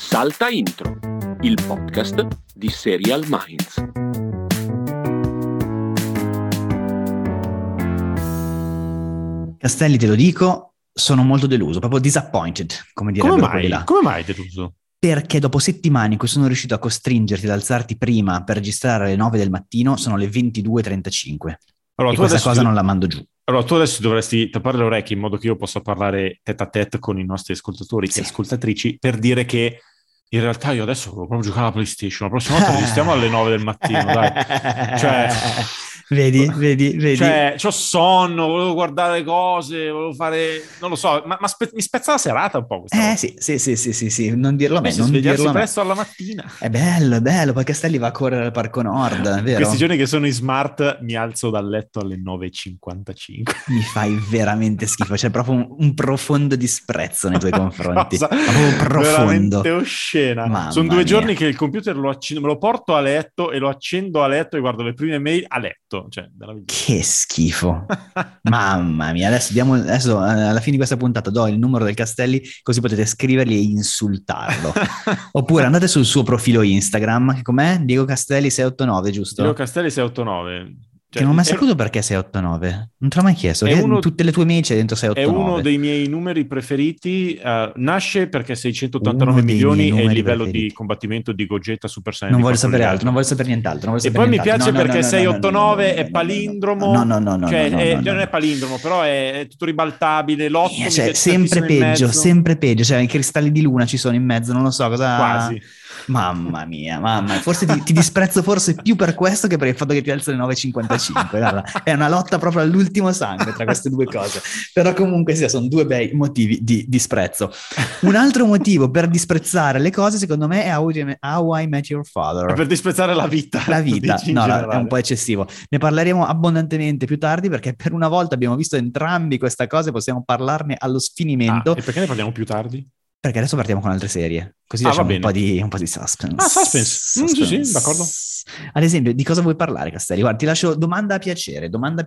Salta Intro, il podcast di Serial Minds. Castelli, te lo dico, sono molto deluso, proprio disappointed, come direbbero quelli là. Come mai deluso? Perché dopo settimane in cui sono riuscito a costringerti ad alzarti prima per registrare alle 9 del mattino, sono le 22:35. Allora, e questa cosa non la mando giù. Allora, tu adesso dovresti tappare le orecchie in modo che io possa parlare tête a tête con i nostri ascoltatori e ascoltatrici per dire che in realtà io adesso volevo proprio giocare alla PlayStation. La prossima volta registriamo alle 9 del mattino, dai. Cioè... Vedi. Cioè, c'ho sonno, volevo guardare cose, volevo fare... Non lo so, ma mi spezza la serata un po' questa volta. Sì, non dirlo a me. Non svegliarsi dirlo presto alla mattina. È bello, poi Castelli va a correre al Parco Nord, è vero? Questi giorni che sono in smart mi alzo dal letto alle 9:55. Mi fai veramente schifo, c'è proprio un profondo disprezzo nei tuoi confronti. Proprio profondo. Veramente oscena. Mamma sono 2 mia. giorni che il computer me lo porto a letto e lo accendo a letto e guardo le prime mail a letto. Cioè, che schifo. Mamma mia, adesso alla fine di questa puntata do il numero del Castelli, così potete scrivergli e insultarlo. Oppure andate sul suo profilo Instagram, che com'è? Diego Castelli 689, giusto? Diego Castelli 689. Che non ho mai saputo perché 689. Non te l'ho mai chiesto. Tutte le tue mail c'è dentro 689. È uno dei miei numeri preferiti. Nasce perché 689 milioni è il livello preferiti di combattimento di Gogeta Super Saiyan. Non voglio sapere altro, non voglio sapere nient'altro. E poi mi piace perché 689 è palindromo. No. Non è palindromo, però è tutto ribaltabile. L'8 cioè, sempre peggio. Cioè, i cristalli di luna ci sono in mezzo, non lo so cosa. Quasi. Mamma mia. Forse ti disprezzo forse più per questo che per il fatto che ti alzo alle 9:55. Guarda, è una lotta proprio all'ultimo sangue tra queste due cose. Però comunque sono due bei motivi di disprezzo. Un altro motivo per disprezzare le cose, secondo me, è How I Met Your Father. Per disprezzare la vita. La vita, è un po' eccessivo. Ne parleremo abbondantemente più tardi perché per una volta abbiamo visto entrambi questa cosa e possiamo parlarne allo sfinimento. E perché ne parliamo più tardi? Perché adesso partiamo con altre serie, così lasciamo un po' di suspense. Suspense. Sì, d'accordo. Ad esempio, di cosa vuoi parlare, Castelli? Guarda, ti lascio domanda a piacere.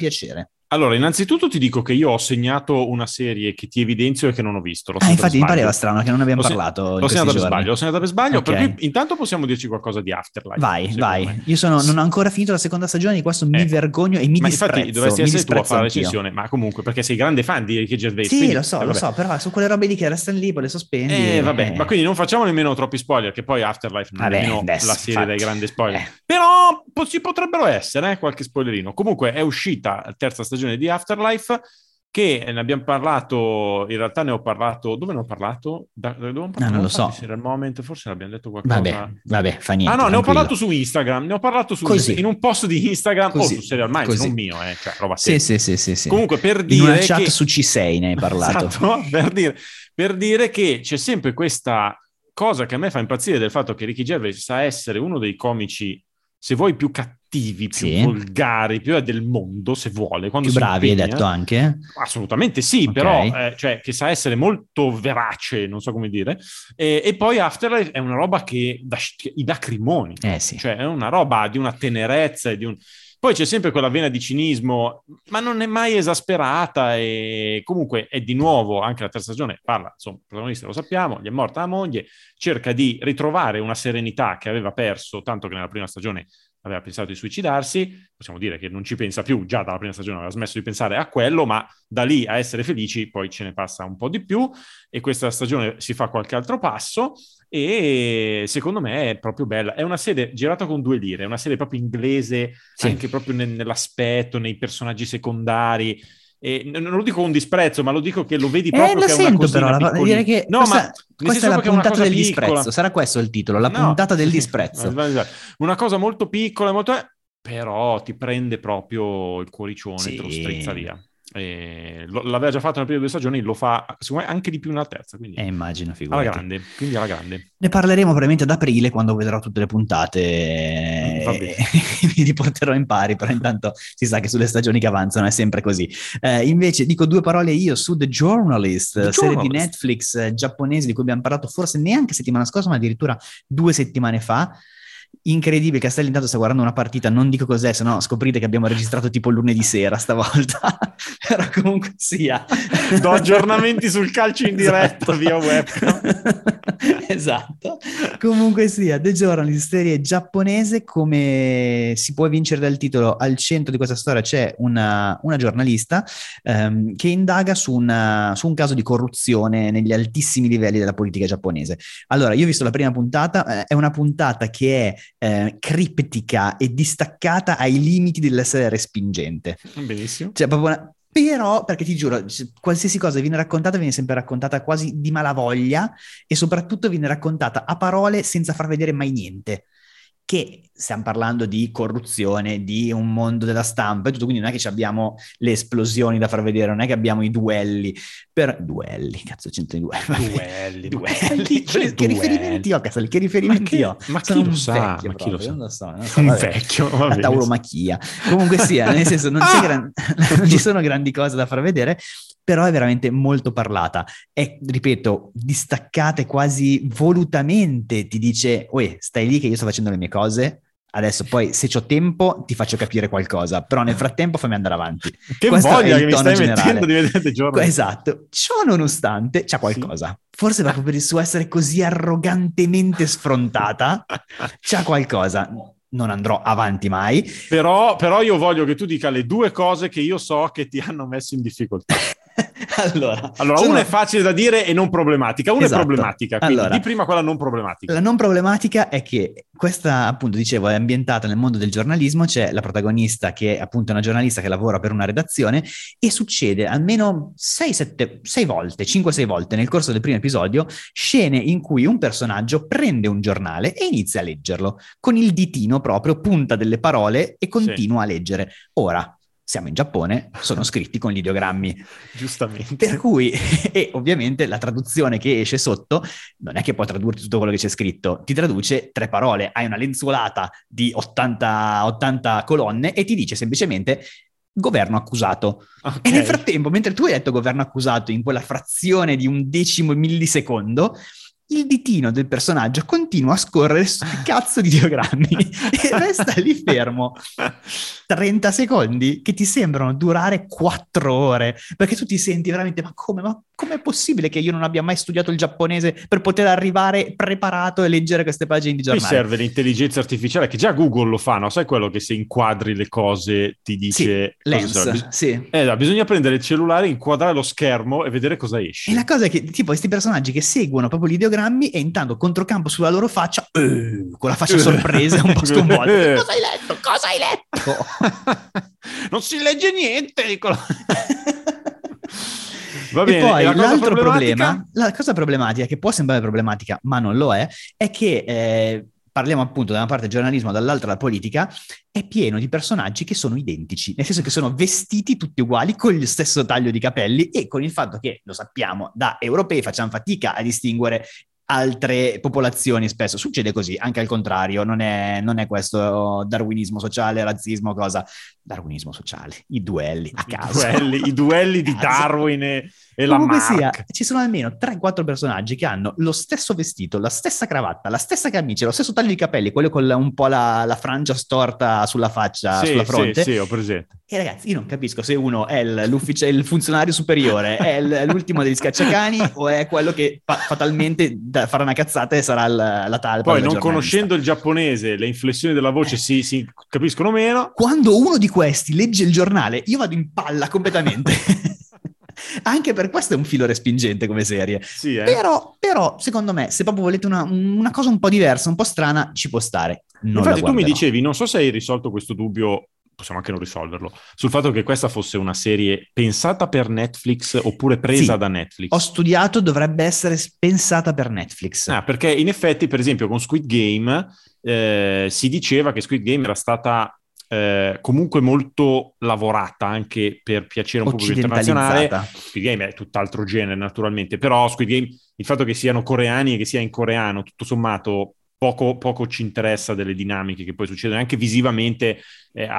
Allora, innanzitutto ti dico che io ho segnato una serie che ti evidenzio e che non ho visto. Infatti mi pareva strano che non abbiamo parlato. L'ho segnata per sbaglio, okay. Per cui intanto possiamo dirci qualcosa di Afterlife. Vai. Io non ho ancora finito la seconda stagione, di questo mi vergogno e mi disprezzo. Ma infatti dovresti essere tu a fare la recensione, ma comunque perché sei grande fan di Ricky Gervais. Sì, quindi, lo so, però su quelle robe lì che restano lì, poi le sospendi. Ma quindi non facciamo nemmeno troppi spoiler, che poi Afterlife non è nemmeno la serie dai grandi spoiler. Però ci potrebbero essere qualche spoilerino. Comunque è uscita la terza stagione di Afterlife, che ne abbiamo parlato, in realtà ne ho parlato, dove ne ho parlato? Non lo so. Era il moment, forse ne abbiamo detto qualcosa. Vabbè, fa niente. Ne ho parlato su Instagram, in un post di Instagram o su Serial Minds, non mio, cioè roba seria. Sì. Comunque per dire in una chat su C6 ne hai parlato. Esatto, per dire che c'è sempre questa cosa che a me fa impazzire del fatto che Ricky Gervais sa essere uno dei comici, se vuoi, più cattivi, più volgari, più del mondo, se vuole. Quando più bravi, hai detto anche? Assolutamente sì, però cioè, che sa essere molto verace, non so come dire. E poi Afterlife è una roba che i dà crimoni. Sì. Cioè è una roba di una tenerezza e di un... Poi c'è sempre quella vena di cinismo, ma non è mai esasperata e comunque è di nuovo, anche la terza stagione parla, insomma, il protagonista lo sappiamo, gli è morta la moglie, cerca di ritrovare una serenità che aveva perso, tanto che nella prima stagione aveva pensato di suicidarsi, possiamo dire che non ci pensa più, già dalla prima stagione aveva smesso di pensare a quello, ma da lì a essere felici poi ce ne passa un po' di più e questa stagione si fa qualche altro passo e secondo me è proprio bella. È una serie girata con 2 lire, è una serie proprio inglese, anche proprio nell'aspetto, nei personaggi secondari. E non lo dico con disprezzo, ma lo dico che lo vedi proprio che è una cosina piccolina. Direi che questa è la puntata del disprezzo, sarà questo il titolo, la puntata del disprezzo. Una cosa molto piccola, però ti prende proprio il cuoricione, te lo strizza via. L'aveva già fatto nelle prime 2 stagioni, lo fa secondo me anche di più nella terza, quindi immagino, figurati. Alla grande. Ne parleremo probabilmente ad aprile quando vedrò tutte le puntate e vi riporterò in pari, però intanto si sa che sulle stagioni che avanzano è sempre così. Invece dico 2 parole io su The Journalist, serie di Netflix giapponese di cui abbiamo parlato forse neanche settimana scorsa ma addirittura 2 settimane fa, incredibile. Castelli intanto sta guardando una partita, non dico cos'è, se no scoprite che abbiamo registrato tipo lunedì sera stavolta. Però comunque sia. Do aggiornamenti sul calcio in diretta via webcam. Esatto. Comunque sia, The Journalist, serie giapponese. Come si può vincere dal titolo, al centro di questa storia c'è una giornalista che indaga su un caso di corruzione negli altissimi livelli della politica giapponese. Allora, io ho visto la prima puntata, è una puntata che è criptica e distaccata ai limiti dell'essere respingente. Benissimo. Cioè, proprio però, perché ti giuro, qualsiasi cosa viene sempre raccontata quasi di malavoglia e soprattutto viene raccontata a parole senza far vedere mai niente. Che stiamo parlando di corruzione, di un mondo della stampa e tutto, quindi non è che abbiamo le esplosioni da far vedere, non è che abbiamo i duelli, cazzo c'entra i duelli? Che riferimenti ho, Castelli? Che riferimenti ho? Ma chi lo sa? Vecchio, ma chi lo sa? non lo so, Un vecchio, va la bene. tauromachia. Comunque sia, nel senso non ci sono grandi cose da far vedere, però è veramente molto parlata. È, ripeto, distaccata e quasi volutamente ti dice, uè, stai lì che io sto facendo le mie cose, adesso poi se c'ho tempo ti faccio capire qualcosa, però nel frattempo fammi andare avanti. Che Questo voglia è che il mi tono stai generale. mettendo di vedere dei giorni. Esatto, ciò nonostante c'ha qualcosa. Sì. Forse proprio per il suo essere così arrogantemente sfrontata, c'ha qualcosa. Non andrò avanti mai. Però io voglio che tu dica le due cose che io so che ti hanno messo in difficoltà. Allora, una è facile da dire e non problematica, una esatto. È problematica, quindi allora, di prima quella non problematica. La non problematica è che questa, appunto, dicevo, è ambientata nel mondo del giornalismo, c'è la protagonista che è appunto una giornalista che lavora per una redazione e succede almeno 5-6 volte nel corso del primo episodio scene in cui un personaggio prende un giornale e inizia a leggerlo, con il ditino proprio, punta delle parole e continua a leggere. Ora, siamo in Giappone, sono scritti con gli ideogrammi. Giustamente. Per cui, e ovviamente la traduzione che esce sotto non è che può tradurti tutto quello che c'è scritto, ti traduce 3 parole, hai una lenzuolata di 80 colonne e ti dice semplicemente governo accusato. Okay. E nel frattempo, mentre tu hai detto governo accusato in quella frazione di 1/10 millisecondo, il ditino del personaggio continua a scorrere sul cazzo di ideogrammi e resta lì fermo 30 secondi che ti sembrano durare 4 ore, perché tu ti senti veramente ma come è possibile che io non abbia mai studiato il giapponese per poter arrivare preparato e leggere queste pagine di giornale? Qui serve l'intelligenza artificiale, che già Google lo fa, no? Sai quello che se inquadri le cose ti dice... Sì, Lens, sì. Bisogna prendere il cellulare, inquadrare lo schermo e vedere cosa esce. E la cosa è che, tipo, questi personaggi che seguono proprio gli ideogrammi e intanto controcampo sulla loro faccia, con la faccia sorpresa, un po' sconvolta. Cosa hai letto? Cosa hai letto? Non si legge niente, dicono. Va bene. E poi l'altro problema, la cosa problematica, che può sembrare problematica, ma non lo è che parliamo appunto da una parte del giornalismo, dall'altra la politica, è pieno di personaggi che sono identici, nel senso che sono vestiti tutti uguali, con lo stesso taglio di capelli e con il fatto che, lo sappiamo, da europei facciamo fatica a distinguere altre popolazioni. Spesso succede così, anche al contrario, non è questo darwinismo sociale, razzismo, cosa? Darwinismo sociale, i duelli a caso. I duelli di Darwin e la Comunque Mark. sia, ci sono almeno 3-4 personaggi che hanno lo stesso vestito, la stessa cravatta, la stessa camicia, lo stesso taglio di capelli, quello con un po' la frangia storta sulla faccia, sulla fronte. Sì, ho presente. E ragazzi, io non capisco se uno è il funzionario superiore, è l'ultimo degli scacciacani o è quello che fatalmente farà una cazzata e sarà la talpa. Poi, non conoscendo il giapponese, le inflessioni della voce si capiscono meno. Quando uno di questi legge il giornale, io vado in palla completamente. Anche per questo è un filo respingente come serie. Sì, però, secondo me, se proprio volete una cosa un po' diversa, un po' strana, ci può stare. Infatti tu mi dicevi, non so se hai risolto questo dubbio, possiamo anche non risolverlo, sul fatto che questa fosse una serie pensata per Netflix oppure presa da Netflix. Ho studiato, dovrebbe essere pensata per Netflix. Perché in effetti, per esempio, con Squid Game si diceva che Squid Game era stata comunque molto lavorata anche per piacere un pubblico internazionale. Squid Game è tutt'altro genere naturalmente, però Squid Game, il fatto che siano coreani e che sia in coreano, tutto sommato poco ci interessa delle dinamiche che poi succedono, anche visivamente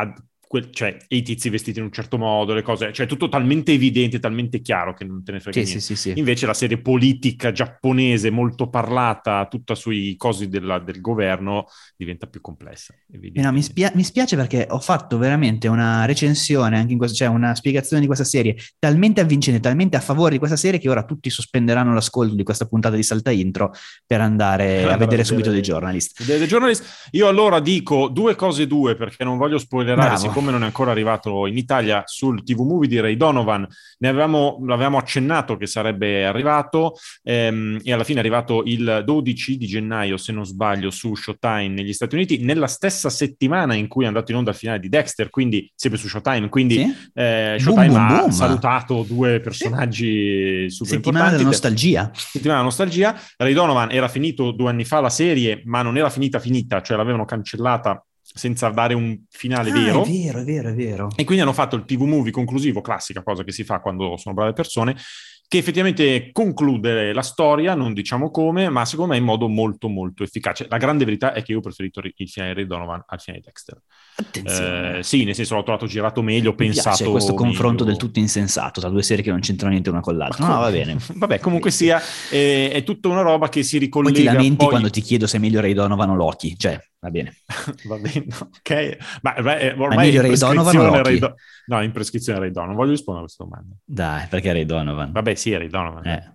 cioè i tizi vestiti in un certo modo, le cose, cioè tutto talmente evidente, talmente chiaro che non te ne frega niente. Sì. Invece la serie politica giapponese, molto parlata, tutta sui cosi del governo, diventa più complessa. No, mi spiace perché ho fatto veramente una recensione, anche in questo, cioè una spiegazione di questa serie, talmente avvincente, talmente a favore di questa serie che ora tutti sospenderanno l'ascolto di questa puntata di Salta Intro per andare a vedere subito The Journalist. The Journalist. Io allora dico due cose perché non voglio spoilerare, siccome non è ancora arrivato in Italia sul TV Movie di Ray Donovan. L'avevamo accennato che sarebbe arrivato e alla fine è arrivato il 12 di gennaio, se non sbaglio, su Showtime negli Stati Uniti, nella stessa settimana in cui è andato in onda il finale di Dexter, quindi sempre su Showtime, quindi sì? Showtime ha salutato due personaggi super settimana importanti. Settimana della nostalgia. Ray Donovan era finito 2 anni fa la serie, ma non era finita, cioè l'avevano cancellata senza dare un finale vero. È vero. E quindi hanno fatto il TV Movie conclusivo, classica cosa che si fa quando sono brave persone, che effettivamente conclude la storia, non diciamo come, ma secondo me in modo molto molto efficace. La grande verità è che io ho preferito il finale di Ray Donovan al finale di Dexter. Attenzione. Sì, nel senso l'ho trovato girato meglio, pensato piace questo confronto meglio. del tutto insensato tra due serie che non c'entrano niente una con l'altra. No, va bene. Vabbè, comunque sia, è tutta una roba che si ricollega. Poi ti lamenti quando ti chiedo se è meglio Ray Donovan o Loki, cioè va bene. Va bene, ok. Ma ormai meglio Ray Donovan o Loki? No, in prescrizione Ray Donovan. Voglio rispondere a questa domanda. Dai, perché Ray Donovan? Vabbè, sì, Ray Donovan.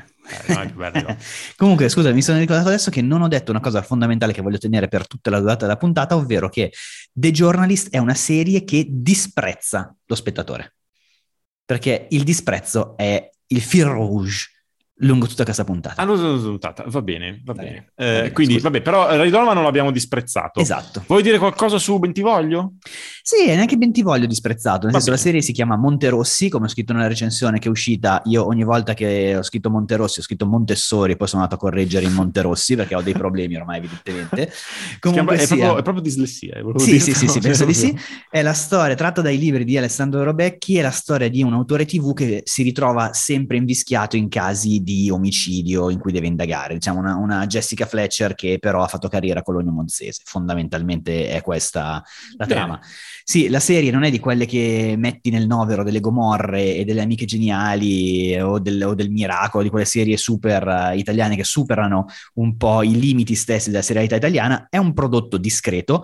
Comunque, scusa, mi sono ricordato adesso che non ho detto una cosa fondamentale che voglio tenere per tutta la durata della puntata, ovvero che The Journalist è una serie che disprezza lo spettatore. Perché il disprezzo è il fil rouge lungo tutta questa puntata. Va bene. scusa. Quindi, vabbè, però Ray Donovan non l'abbiamo disprezzato. Esatto. Vuoi dire qualcosa su Bentivoglio? Sì, neanche Bentivoglio disprezzato, nel senso bene. la serie si chiama Monterossi, come ho scritto nella recensione che è uscita. Io ogni volta che ho scritto Monterossi ho scritto Montessori, poi sono andato a correggere in Monterossi perché ho dei problemi ormai evidentemente. Comunque è proprio dislessia. Sì, penso di sì. È la storia tratta dai libri di Alessandro Robecchi, è la storia di un autore TV che si ritrova sempre invischiato in casi di omicidio in cui deve indagare, diciamo una Jessica Fletcher che però ha fatto carriera con l'Ogno Monzese, fondamentalmente è questa la trama. Sì, la serie non è di quelle che metti nel novero delle Gomorre e delle Amiche Geniali o del Miracolo, di quelle serie super italiane che superano un po' i limiti stessi della serialità italiana. È un prodotto discreto,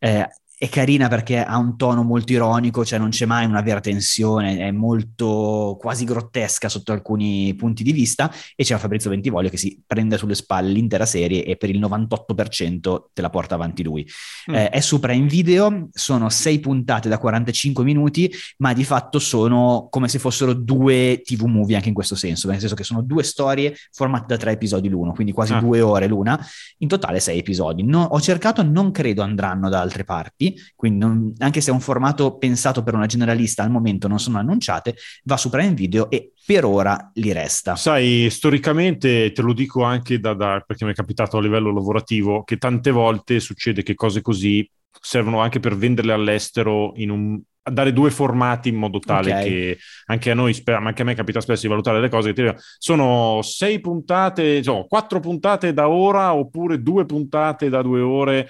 è carina perché ha un tono molto ironico, cioè non c'è mai una vera tensione, è molto quasi grottesca sotto alcuni punti di vista, e c'è Fabrizio Bentivoglio che si prende sulle spalle l'intera serie e per il 98% te la porta avanti lui. È su Prime Video, sono 6 puntate da 45 minuti, ma di fatto sono come se fossero 2 TV movie anche in questo senso, nel senso che sono 2 storie formate da 3 episodi l'uno, quindi quasi 2 ore l'una, in totale 6 episodi. Ho cercato, non credo andranno da altre parti, quindi anche se è un formato pensato per una generalista, al momento non sono annunciate, va su Prime Video e per ora li resta. Sai, storicamente, te lo dico anche perché mi è capitato a livello lavorativo, che tante volte succede che cose così servono anche per venderle all'estero a dare 2 formati in modo tale che anche a noi, ma anche a me capita spesso di valutare le cose che sono 6 puntate, 4 puntate da ora oppure 2 puntate da 2 ore,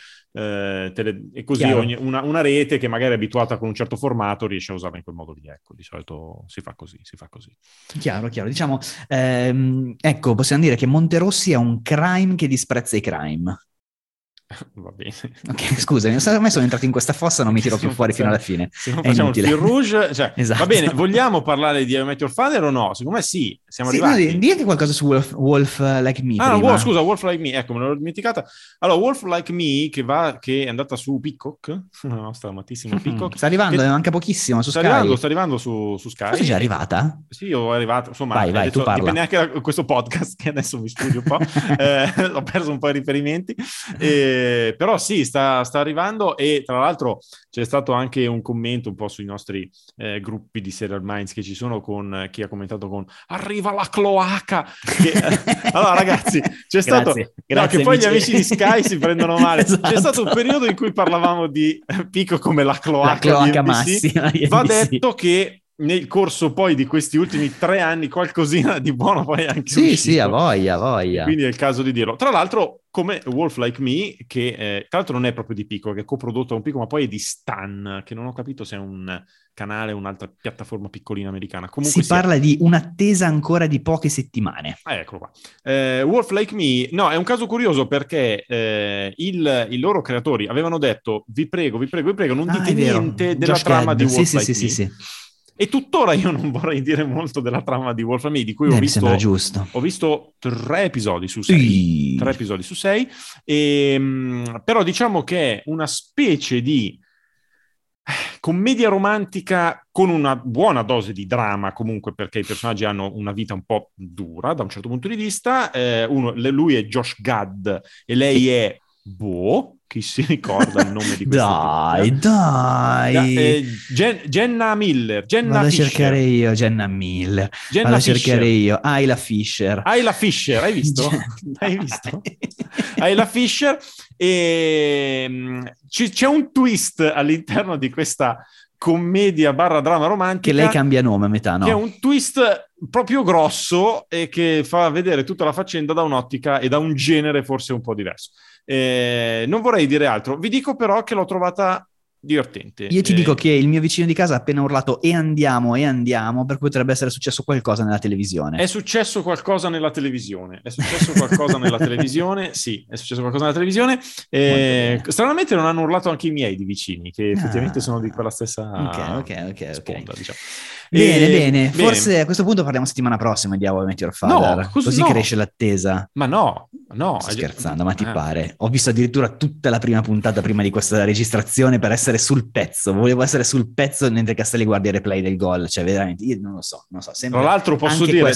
e così una rete che magari è abituata con un certo formato riesce a usarla in quel modo lì. Ecco, di solito si fa così. Chiaro. Diciamo, ecco, possiamo dire che Monterossi è un crime che disprezza i crime. Va bene. Ok, scusami, ormai sono entrato in questa fossa, non mi tiro più fuori fino alla fine. Se non facciamo il fil rouge, esatto. Va bene, vogliamo parlare di I Met Your Father o no? Secondo me sì, siamo arrivati. No, anche qualcosa su Wolf Like Me. Scusa, Wolf Like Me, ecco, me l'ho dimenticata. Allora, Wolf Like Me che è andata su Peacock, la nostra amatissima Peacock. Sta arrivando, manca pochissimo su Sky. Sta arrivando su Sky. Forse è già arrivata? Sì, io è arrivato, insomma, vai, tu parla. Dipende anche da questo podcast che adesso mi studio un po'. Ho perso un po' i riferimenti, però sì, sta arrivando, e tra l'altro c'è stato anche un commento un po' sui nostri gruppi di Serial Minds che ci sono, con chi ha commentato con "arriva la cloaca", allora ragazzi, c'è stato grazie, che poi gli amici di Sky si prendono male. Esatto. C'è stato un periodo in cui parlavamo di Pico come la cloaca di NBC. massima di Va NBC. detto che nel corso poi di questi ultimi 3 anni qualcosina di buono poi anche sì, a voglia. quindi è il caso di dirlo. Tra l'altro come Wolf Like Me, che tra l'altro non è proprio di Pico, che è coprodotto da un Pico, ma poi è di Stan, che non ho capito se è un canale o un'altra piattaforma piccolina americana. Comunque si parla di un'attesa ancora di poche settimane. Eccolo qua. Wolf Like Me, no, è un caso curioso perché i loro creatori avevano detto vi prego, non dite niente della trama di Wolf Like Me. Sì. E tuttora io non vorrei dire molto della trama di Wolf Like Me, di cui mi sembra giusto. Ho visto 3 episodi su 6. 3 episodi su 6. Però diciamo che è una specie di commedia romantica con una buona dose di dramma, comunque, perché i personaggi hanno una vita un po' dura da un certo punto di vista. Lui è Josh Gad e lei è chi si ricorda il nome di questa dai. Jenna Miller. Vado a cercare io Jenna Miller. Vado a cercare io Ayla Fisher. Hai visto? Hai visto? Ayla Fisher. E c'è un twist all'interno di questa commedia / drama romantica. Che lei cambia nome a metà, no? Che è un twist proprio grosso e che fa vedere tutta la faccenda da un'ottica e da un genere forse un po' diverso. Non vorrei dire altro, vi dico però che l'ho trovata divertente. Io ti dico che il mio vicino di casa ha appena urlato e andiamo, per cui potrebbe essere successo qualcosa nella televisione. È successo qualcosa nella televisione. Sì, è successo qualcosa nella televisione. Stranamente non hanno urlato anche i miei di vicini, che effettivamente sono di quella stessa sponda, diciamo. Bene. Forse a questo punto parliamo settimana prossima di How I Met Your Father. Così cresce l'attesa. Ma no. Sto scherzando, ma ti pare? Ho visto addirittura tutta la prima puntata prima di questa registrazione per essere sul pezzo. Volevo essere sul pezzo mentre Castelli guarda il replay del gol. Cioè, veramente, io non lo so. Tra l'altro posso dire,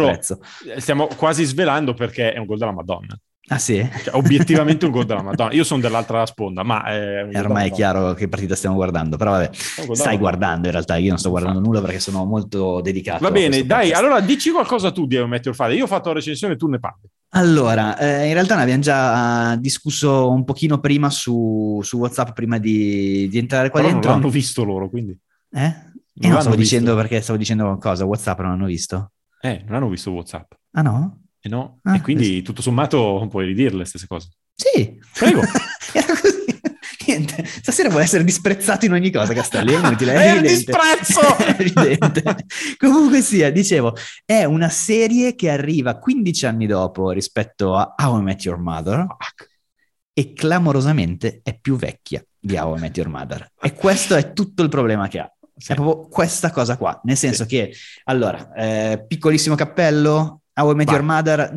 stiamo quasi svelando perché è un gol della Madonna. Ah sì? Cioè, obiettivamente un gol della Madonna. Io sono dell'altra sponda, ma ormai è chiaro che partita stiamo guardando, però vabbè, stai guardando in realtà, io non sto guardando nulla perché sono molto dedicato. Va bene, dai, allora dici qualcosa tu di How I Met Your Father. Io ho fatto la recensione, tu ne parli. Allora, in realtà ne abbiamo già discusso un pochino prima su WhatsApp prima di entrare qua dentro. Non l'hanno visto loro, quindi. No, stavo dicendo qualcosa, WhatsApp non hanno visto? Non hanno visto WhatsApp. Ah no? No, e quindi tutto sommato puoi ridirle le stesse cose. Sì. Prego. Era così. Niente, stasera vuole essere disprezzato in ogni cosa, Castelli, è inutile. È il disprezzo! È evidente. Comunque sia, dicevo, è una serie che arriva 15 anni dopo rispetto a How I Met Your Mother e clamorosamente è più vecchia di How I Met Your Mother. E questo è tutto il problema che ha. Sì. È proprio questa cosa qua, nel senso che, allora, piccolissimo cappello, How I Met Your Mother,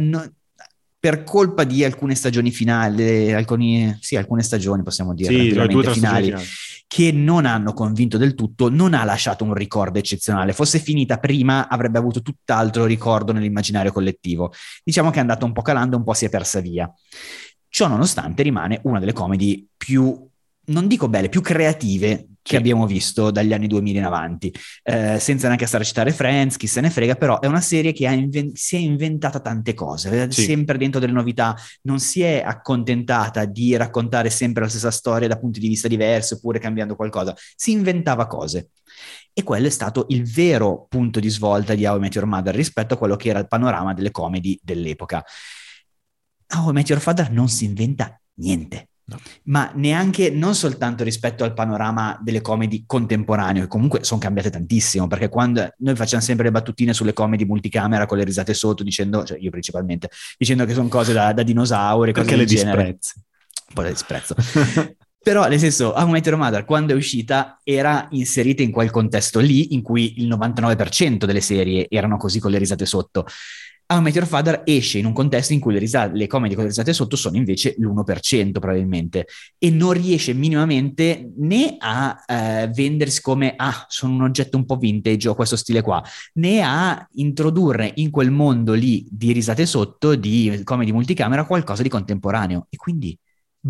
per colpa di alcune stagioni finali, alcune stagioni possiamo dire, finali, che non hanno convinto del tutto, non ha lasciato un ricordo eccezionale. Fosse finita prima avrebbe avuto tutt'altro ricordo nell'immaginario collettivo. Diciamo che è andata un po' calando, un po' si è persa via. Ciò nonostante rimane una delle comedy più, non dico belle, più creative che abbiamo visto dagli anni 2000 in avanti, senza neanche stare a citare Friends, chi se ne frega, però è una serie che si è inventata tante cose, sempre dentro delle novità, non si è accontentata di raccontare sempre la stessa storia da punti di vista diversi oppure cambiando qualcosa, si inventava cose. E quello è stato il vero punto di svolta di How I Met Your Mother rispetto a quello che era il panorama delle comedy dell'epoca. How I Met Your Father non si inventa niente. No. Ma neanche, non soltanto rispetto al panorama delle comedy contemporanee, che comunque sono cambiate tantissimo, perché quando noi facciamo sempre le battutine sulle comedy multicamera con le risate sotto, dicendo, cioè io principalmente, dicendo che sono cose da dinosauri, cose del genere. Un po' le disprezzo. Però, nel senso, How I Met Your Mother, quando è uscita, era inserita in quel contesto lì, in cui il 99% delle serie erano così con le risate sotto. How I Met Your Father esce in un contesto in cui le comedy con le risate sotto sono invece l'1% probabilmente, e non riesce minimamente né a vendersi come sono un oggetto un po' vintage o questo stile qua, né a introdurre in quel mondo lì di risate sotto, di comedy multicamera, qualcosa di contemporaneo. E quindi,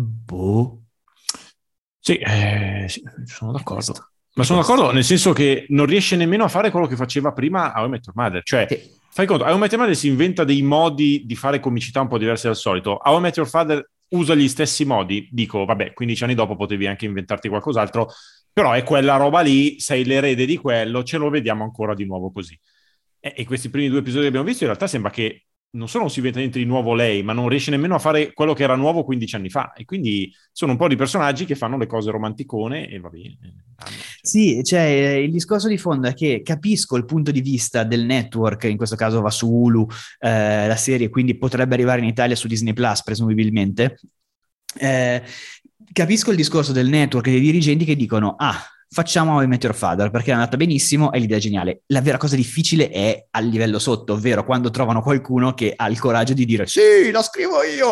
Sì, sono d'accordo. Ma sono d'accordo nel senso che non riesce nemmeno a fare quello che faceva prima How I Met Your Mother. Cioè, fai conto, How I Met Your Mother si inventa dei modi di fare comicità un po' diversi dal solito. How I Met Your Father usa gli stessi modi. Dico, vabbè, 15 anni dopo potevi anche inventarti qualcos'altro, però è quella roba lì, sei l'erede di quello, ce lo vediamo ancora di nuovo così. E questi primi 2 episodi che abbiamo visto, in realtà sembra che non solo non si inventa niente di nuovo lei, ma non riesce nemmeno a fare quello che era nuovo 15 anni fa. E quindi sono un po' di personaggi che fanno le cose romanticone e va bene. Sì, cioè il discorso di fondo è che capisco il punto di vista del network, in questo caso va su Hulu, la serie, quindi potrebbe arrivare in Italia su Disney Plus, presumibilmente. Capisco il discorso del network e dei dirigenti che dicono facciamo How I Met Your Father perché è andata benissimo, è l'idea geniale. La vera cosa difficile è al livello sotto, ovvero quando trovano qualcuno che ha il coraggio di dire sì, la scrivo io.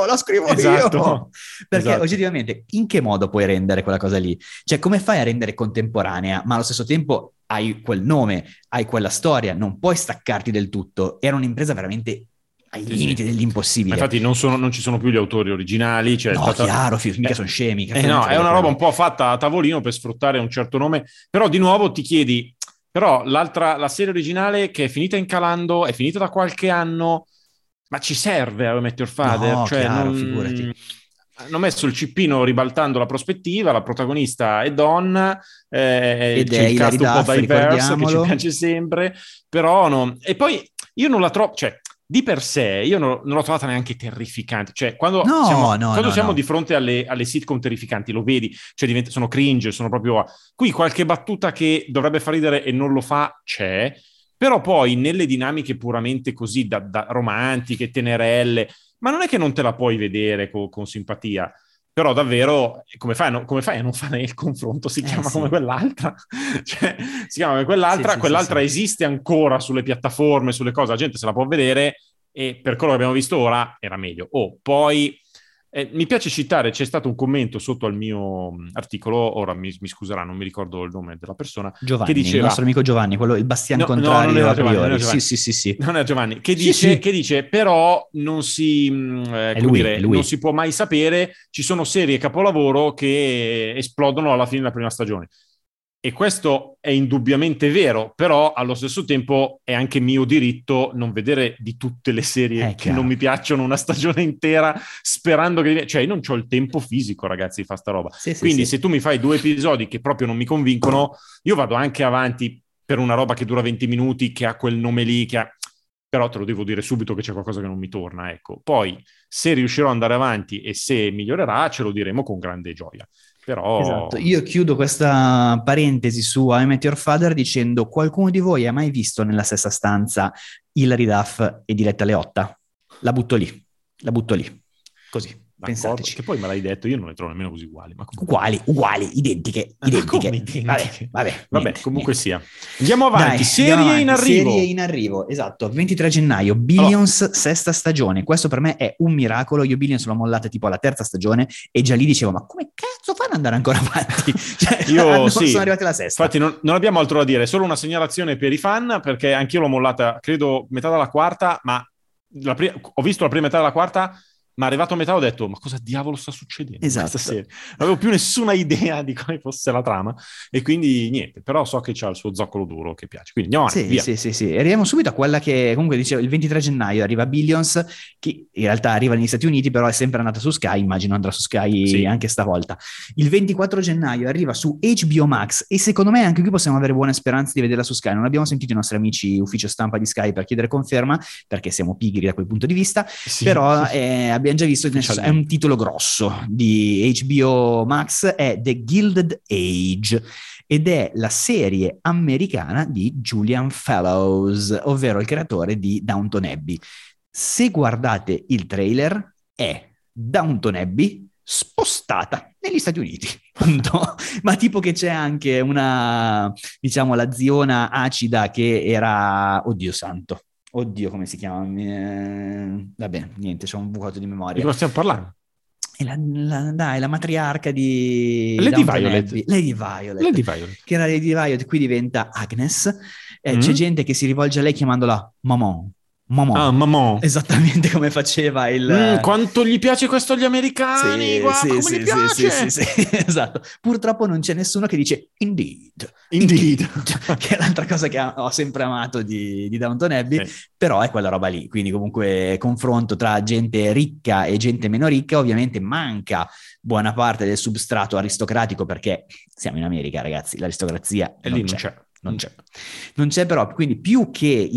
Perché oggettivamente in che modo puoi rendere quella cosa lì? Cioè come fai a rendere contemporanea, ma allo stesso tempo hai quel nome, hai quella storia, non puoi staccarti del tutto. Era un'impresa veramente ai limiti dell'impossibile. Ma infatti non ci sono più gli autori originali. Cioè no, chiaro, mica sono scemi. No, è una roba un po' fatta a tavolino per sfruttare un certo nome, però di nuovo ti chiedi, però la serie originale che è finita incalando, è finita da qualche anno, ma ci serve a Met Your Father? No, cioè, chiaro, figurati. Hanno messo il cippino ribaltando la prospettiva, la protagonista è donna, ed c'è è il cast un po' diverse che ci ricordiamolo. piace sempre, però no. E poi io non la trovo, cioè di per sé io non l'ho trovata neanche terrificante, cioè quando siamo di fronte alle sitcom terrificanti lo vedi, cioè sono cringe, sono proprio qui qualche battuta che dovrebbe far ridere e non lo fa c'è, però poi nelle dinamiche puramente così da romantiche, tenerelle, ma non è che non te la puoi vedere con simpatia. Però davvero, come fai a non fare il confronto? Si chiama come quell'altra. Cioè, si chiama come quell'altra. Quell'altra esiste ancora sulle piattaforme, sulle cose. La gente se la può vedere e per quello che abbiamo visto ora era meglio. Poi mi piace citare, c'è stato un commento sotto al mio articolo, ora mi scuserà, non mi ricordo il nome della persona, Giovanni, che diceva, il nostro amico Giovanni, quello il bastian contrario non era a priori. Giovanni, Sì. Non è Giovanni, che dice però non si non si può mai sapere, ci sono serie capolavoro che esplodono alla fine della prima stagione. E questo è indubbiamente vero, però allo stesso tempo è anche mio diritto non vedere di tutte le serie che non mi piacciono una stagione intera sperando che... Cioè io non ho il tempo fisico, ragazzi, di fare sta roba. Quindi se tu mi fai 2 episodi che proprio non mi convincono, io vado anche avanti per una roba che dura 20 minuti, che ha quel nome lì, però te lo devo dire subito che c'è qualcosa che non mi torna, ecco. Poi se riuscirò ad andare avanti e se migliorerà ce lo diremo con grande gioia. Però... Esatto, io chiudo questa parentesi su How I Met Your Father dicendo: qualcuno di voi ha mai visto nella stessa stanza Hilary Duff e Diletta Leotta? La butto lì, così. Pensateci. Che poi me l'hai detto, io non le trovo nemmeno così uguali. Ma uguali, identiche. Vabbè, comunque sia. Andiamo avanti, serie in arrivo. Esatto, 23 gennaio, Billions, sesta stagione. Questo per me è un miracolo. Io Billions l'ho mollata tipo alla terza stagione e già lì dicevo, ma come cazzo fanno ad andare ancora avanti? Sono arrivati alla sesta. Infatti non abbiamo altro da dire, solo una segnalazione per i fan, perché anch'io l'ho mollata, credo, metà della quarta, ma ho visto la prima metà della quarta, ma arrivato a metà ho detto, ma cosa diavolo sta succedendo in questa serie? Non avevo più nessuna idea di come fosse la trama e quindi niente, però so che c'ha il suo zoccolo duro che piace, quindi andiamo avanti, via. Sì. Arriviamo subito a quella che comunque dicevo, il 23 gennaio arriva Billions, che in realtà arriva negli Stati Uniti, però è sempre andata su Sky, immagino andrà su Sky anche stavolta. Il 24 gennaio arriva su HBO Max e secondo me anche qui possiamo avere buone speranze di vederla su Sky. Non abbiamo sentito i nostri amici ufficio stampa di Sky per chiedere conferma, perché siamo pigri da quel punto di vista, però abbiamo già visto che è un titolo grosso di HBO Max, è The Gilded Age ed è la serie americana di Julian Fellows, ovvero il creatore di Downton Abbey. Se guardate il trailer è Downton Abbey spostata negli Stati Uniti, punto. Ma tipo che c'è anche una, diciamo, la ziona acida che era, oddio santo, oddio, come si chiama? Vabbè, niente, c'ho un vuoto di memoria. Di cosa stiamo parlando? È la matriarca di Lady Violet. Lady Violet. Che era Lady Violet, qui diventa Agnes. C'è gente che si rivolge a lei chiamandola Maman. Maman. Esattamente come faceva il... quanto gli piace questo agli americani, come gli piace! Sì, esatto. Purtroppo non c'è nessuno che dice Indeed. Che è l'altra cosa che ho sempre amato di Downton Abbey, però è quella roba lì, quindi comunque confronto tra gente ricca e gente meno ricca. Ovviamente manca buona parte del substrato aristocratico, perché siamo in America, ragazzi, l'aristocrazia e lì non c'è. Non c'è. Non c'è però, quindi più che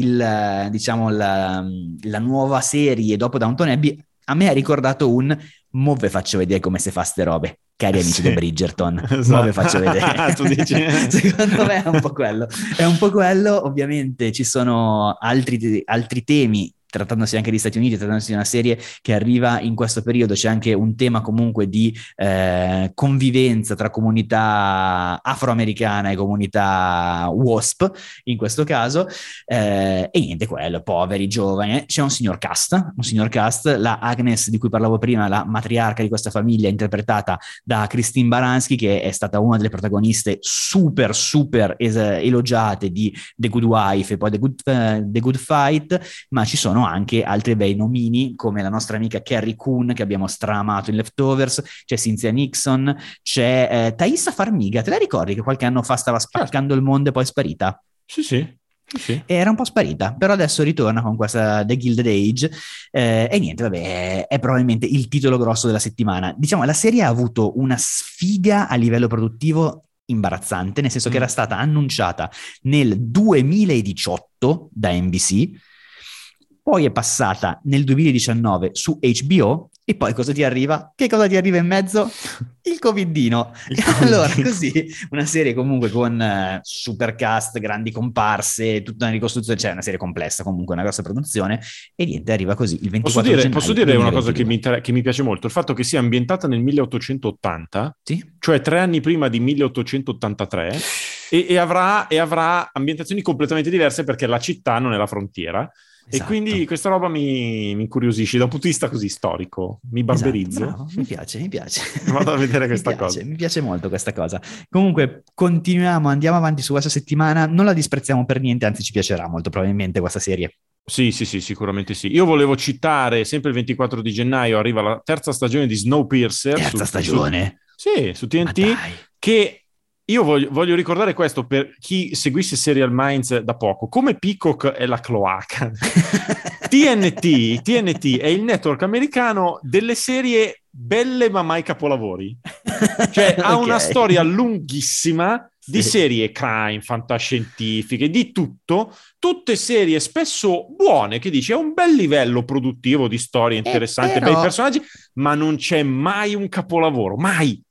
la nuova serie dopo Downton Abbey, a me ha ricordato mo ve faccio vedere come si fa ste robe, cari amici di Bridgerton, esatto. Mo ve faccio vedere. Tu dici? Secondo me è un po' quello. È un po' quello, ovviamente ci sono altri temi, trattandosi anche di Stati Uniti, trattandosi di una serie che arriva in questo periodo, c'è anche un tema comunque di convivenza tra comunità afroamericana e comunità WASP, in questo caso, e niente, quello, poveri, giovani. C'è un signor cast, la Agnes di cui parlavo prima, la matriarca di questa famiglia, interpretata da Christine Baranski, che è stata una delle protagoniste super elogiate di The Good Wife e poi The Good Fight, ma ci sono anche altri bei nomini come la nostra amica Carrie Coon, che abbiamo stramato in Leftovers, c'è Cynthia Nixon, c'è Thaisa Farmiga. Te la ricordi che qualche anno fa stava spaccando il mondo e poi è sparita? Sì. Era un po' sparita, però adesso ritorna con questa The Gilded Age, e niente, vabbè, è probabilmente il titolo grosso della settimana. Diciamo, la serie ha avuto una sfiga a livello produttivo imbarazzante, nel senso che era stata annunciata nel 2018 da NBC, poi è passata nel 2019 su HBO, e poi cosa ti arriva? Che cosa ti arriva in mezzo? Il Covidino. Allora, così, una serie comunque con super cast, grandi comparse, tutta una ricostruzione, cioè una serie complessa, comunque una grossa produzione, e niente, arriva così il 24 gennaio. Posso dire una cosa che mi piace molto, il fatto che sia ambientata nel 1880, sì? Cioè 3 anni prima di 1883, e avrà ambientazioni completamente diverse perché la città non è la frontiera. Esatto. E quindi questa roba mi incuriosisce da un punto di vista così storico, mi barberizzo. Esatto, mi piace. Vado a vedere questa cosa. Mi piace molto questa cosa. Comunque andiamo avanti su questa settimana, non la disprezziamo per niente, anzi ci piacerà molto probabilmente questa serie. Sì, sicuramente sì. Io volevo citare, sempre il 24 di gennaio arriva la terza stagione di Snowpiercer. Terza stagione? Su TNT, che... Io voglio ricordare questo per chi seguisse Serial Minds da poco. Come Peacock è la cloaca, TNT è il network americano delle serie belle ma mai capolavori. Cioè ha una storia lunghissima di serie crime, fantascientifiche, di tutto, tutte serie spesso buone, che dici è un bel livello produttivo di storie interessanti, bei personaggi, ma non c'è mai un capolavoro, mai.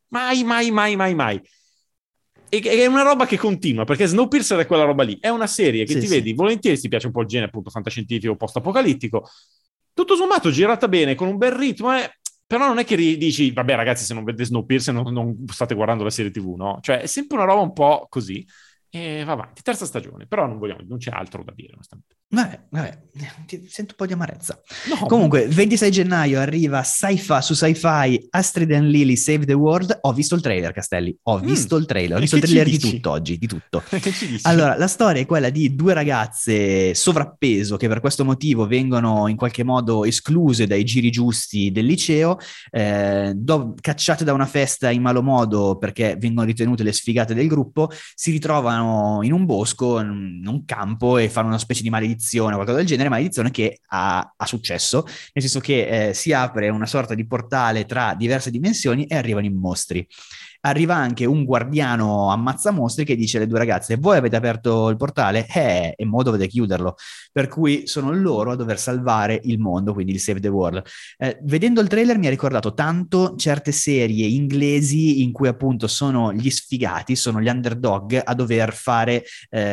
E è una roba che continua, perché Snowpiercer è quella roba lì, è una serie che vedi volentieri, ti piace un po' il genere appunto fantascientifico, post-apocalittico, tutto sommato girata bene, con un bel ritmo, però non è che dici, vabbè ragazzi, se non vedete Snowpiercer non state guardando la serie TV, no? Cioè è sempre una roba un po' così, e va avanti, terza stagione, però non c'è altro da dire, onestamente. Vabbè, sento un po' di amarezza. No. Comunque, 26 gennaio arriva su Sci-Fi, Astrid and Lily Save the World. Ho visto il trailer, Castelli, ho visto il trailer di tutto oggi, di tutto. Allora, la storia è quella di 2 ragazze sovrappeso che per questo motivo vengono in qualche modo escluse dai giri giusti del liceo, cacciate da una festa in malo modo perché vengono ritenute le sfigate del gruppo, si ritrovano in un bosco, in un campo, e fanno una specie di maledizione o qualcosa del genere, maledizione che ha successo, nel senso che si apre una sorta di portale tra diverse dimensioni e arrivano i mostri. Arriva anche un guardiano ammazza mostri che dice alle 2 ragazze: voi avete aperto il portale? E mo dovete chiuderlo. Per cui sono loro a dover salvare il mondo, quindi il Save the World. Vedendo il trailer mi ha ricordato tanto certe serie inglesi in cui appunto sono gli sfigati, sono gli underdog a dover fare,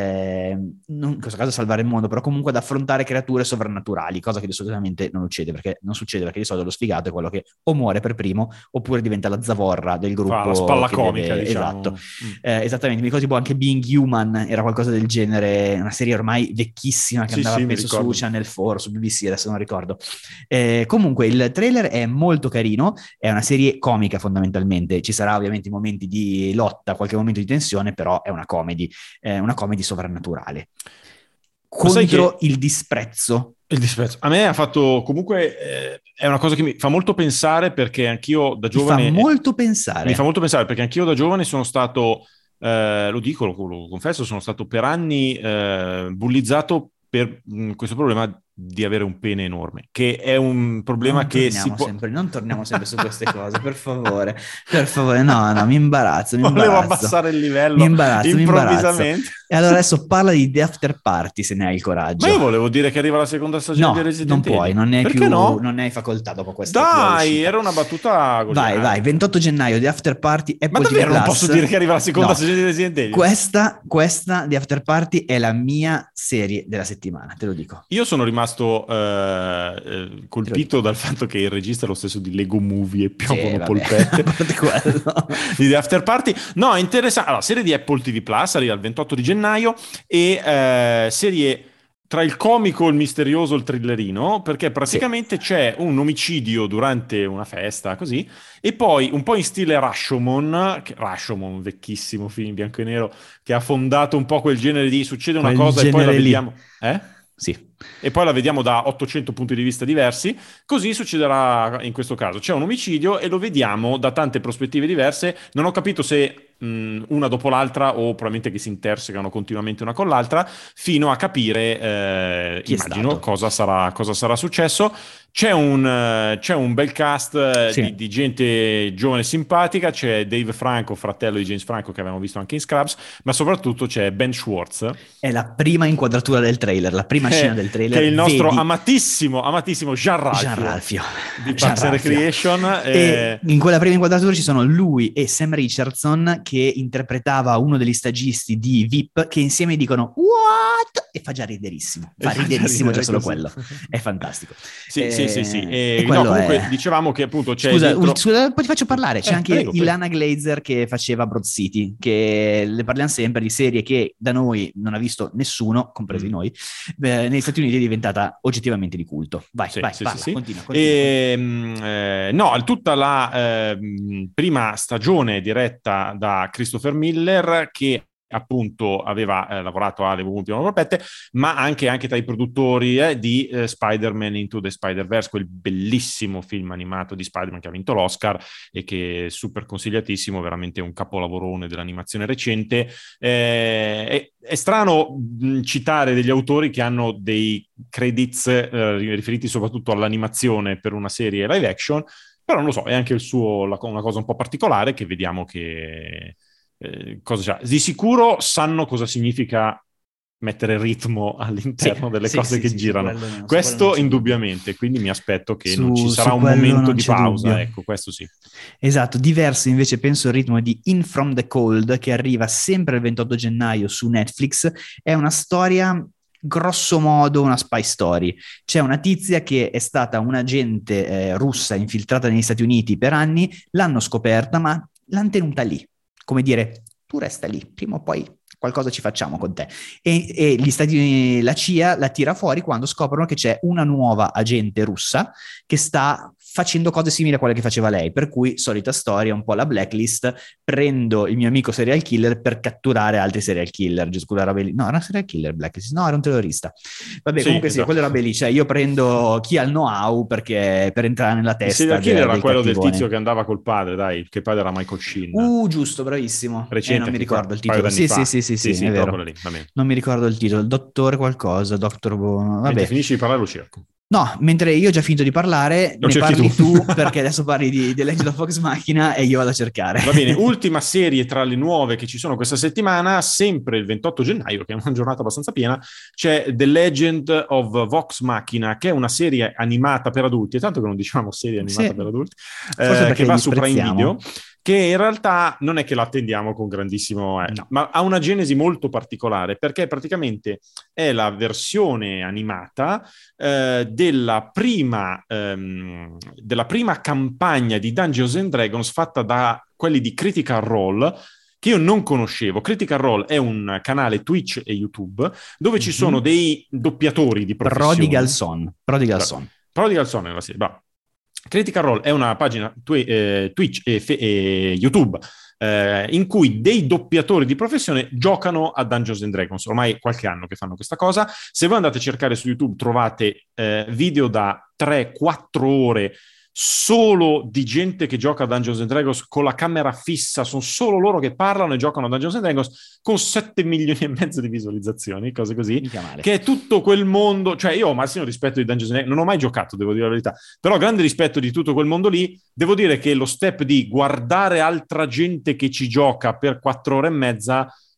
in questo caso salvare il mondo, però comunque ad affrontare creature sovrannaturali, cosa che solitamente non succede perché di solito lo sfigato è quello che o muore per primo oppure diventa la zavorra del gruppo. La comica, diciamo. Esatto. Esattamente, mi ricordo tipo anche Being Human era qualcosa del genere, una serie ormai vecchissima che andava penso su Channel 4, su BBC, adesso non ricordo. Comunque il trailer è molto carino, è una serie comica fondamentalmente, ci sarà ovviamente momenti di lotta, qualche momento di tensione, però è una comedy sovrannaturale. Contro il disprezzo. Il disprezzo. A me ha fatto comunque è una cosa che mi fa molto pensare, perché anch'io da giovane... Mi fa molto pensare perché anch'io da giovane sono stato, lo confesso, sono stato per anni bullizzato per questo problema di avere un pene enorme, che è un problema non torniamo sempre su queste cose, per favore, no, mi imbarazzo. Volevo abbassare il livello improvvisamente. E allora adesso parla di The After Party, se ne hai il coraggio. Ma io volevo dire che arriva la seconda stagione di Resident non Evil. puoi, non ne hai Perché più, no? non ne hai facoltà dopo questa Dai, uscita. era una battuta così. Vai, 28 gennaio, The After Party, Apple Ma davvero TV+. non posso dire che arriva la seconda No. stagione di Resident Evil? Questa The After Party è la mia serie della settimana, te lo dico. Io sono rimasto colpito dal fatto che il regista è lo stesso di Lego Movie e piovono polpette. Di The After Party. No, è interessante. Allora, serie di Apple TV Plus arriva il 28 di gennaio e serie tra il comico, il misterioso, il thrillerino, perché praticamente c'è un omicidio durante una festa, così, e poi un po' in stile Rashomon, vecchissimo film bianco e nero, che ha fondato un po' quel genere di succede una cosa e poi la vediamo... Sì. E poi la vediamo da 800 punti di vista diversi. Così succederà in questo caso. C'è un omicidio e lo vediamo da tante prospettive diverse. Non ho capito se una dopo l'altra o probabilmente che si intersecano continuamente una con l'altra, fino a capire, immagino, cosa sarà successo. C'è un bel cast di gente giovane e simpatica. C'è Dave Franco, fratello di James Franco, che avevamo visto anche in Scrubs, ma soprattutto c'è Ben Schwartz. È la prima inquadratura del trailer, la prima scena del trailer. Che è il nostro amatissimo Jean Ralphio di Parks and Recreation. E in quella prima inquadratura ci sono lui e Sam Richardson, che interpretava uno degli stagisti di VIP, che insieme dicono "What?" e fa già riderissimo. Fa riderissimo già solo quello. È fantastico. Sì. E comunque dicevamo che appunto c'è... Scusa, poi ti faccio parlare. C'è anche prego. Ilana Glazer che faceva Broad City, che le parliamo sempre di serie che da noi non ha visto nessuno, compresi noi. Negli Stati Uniti è diventata oggettivamente di culto. Vai, parla, continua. Tutta la prima stagione diretta da Christopher Miller, che appunto aveva lavorato a Le Polpette, ma anche tra i produttori di Spider-Man Into the Spider-Verse, quel bellissimo film animato di Spider-Man che ha vinto l'Oscar e che è super consigliatissimo, veramente un capolavorone dell'animazione recente. È strano citare degli autori che hanno dei credits riferiti soprattutto all'animazione per una serie live action, però non lo so, è anche una cosa un po' particolare che vediamo che... cosa c'è. Di sicuro sanno cosa significa mettere ritmo all'interno delle cose che girano. Questo indubbiamente, quindi mi aspetto che non ci sarà un momento di pausa, dubbio. Ecco, questo sì. Esatto, diverso invece penso il ritmo di In From the Cold, che arriva sempre il 28 gennaio su Netflix. È una storia, grosso modo, una spy story. C'è una tizia che è stata un'agente russa infiltrata negli Stati Uniti per anni, l'hanno scoperta ma l'hanno tenuta lì. Come dire, tu resta lì, prima o poi qualcosa ci facciamo con te. E la CIA la tira fuori quando scoprono che c'è una nuova agente russa che sta facendo cose simili a quelle che faceva lei, per cui solita storia, un po' la blacklist, prendo il mio amico serial killer per catturare altri serial killer. No, era un serial killer blacklist, no, era un terrorista. Vabbè, comunque esatto. Quella roba lì, cioè io prendo chi ha il know-how per entrare nella testa. Il serial killer era quello cattivone. Del tizio che andava col padre, dai, che il padre era Michael Sheen. Giusto, bravissimo. Recente, non mi ricordo il titolo. Sì, è vero. Lì, non mi ricordo il titolo, dottore qualcosa, Dottor Bono. Vabbè. Finisci di parlare, lo cerco. No, mentre io ho già finito di parlare, ne parli tu perché adesso parli di The Legend of Vox Machina e io vado a cercare. Va bene, ultima serie tra le nuove che ci sono questa settimana, sempre il 28 gennaio, che è una giornata abbastanza piena, c'è The Legend of Vox Machina, che è una serie animata per adulti, e tanto che non diciamo serie animata per adulti, che va su Prime Video, che in realtà non è che la attendiamo con grandissimo... No. Ma ha una genesi molto particolare, perché praticamente è la versione animata della prima campagna di Dungeons and Dragons fatta da quelli di Critical Role, che io non conoscevo. Critical Role è un canale Twitch e YouTube dove ci sono dei doppiatori di professione. Prodigal Son è la serie, bravo. Critical Role è una pagina Twitch e YouTube in cui dei doppiatori di professione giocano a Dungeons and Dragons. Ormai qualche anno che fanno questa cosa. Se voi andate a cercare su YouTube trovate video da 3-4 ore solo di gente che gioca a Dungeons and Dragons con la camera fissa, sono solo loro che parlano e giocano a Dungeons and Dragons con 7 milioni e mezzo di visualizzazioni, cose così, che è tutto quel mondo. Cioè io ho massimo rispetto di Dungeons and Dragons, non ho mai giocato, devo dire la verità, però grande rispetto di tutto quel mondo lì. Devo dire che lo step di guardare altra gente che ci gioca per 4 ore e mezza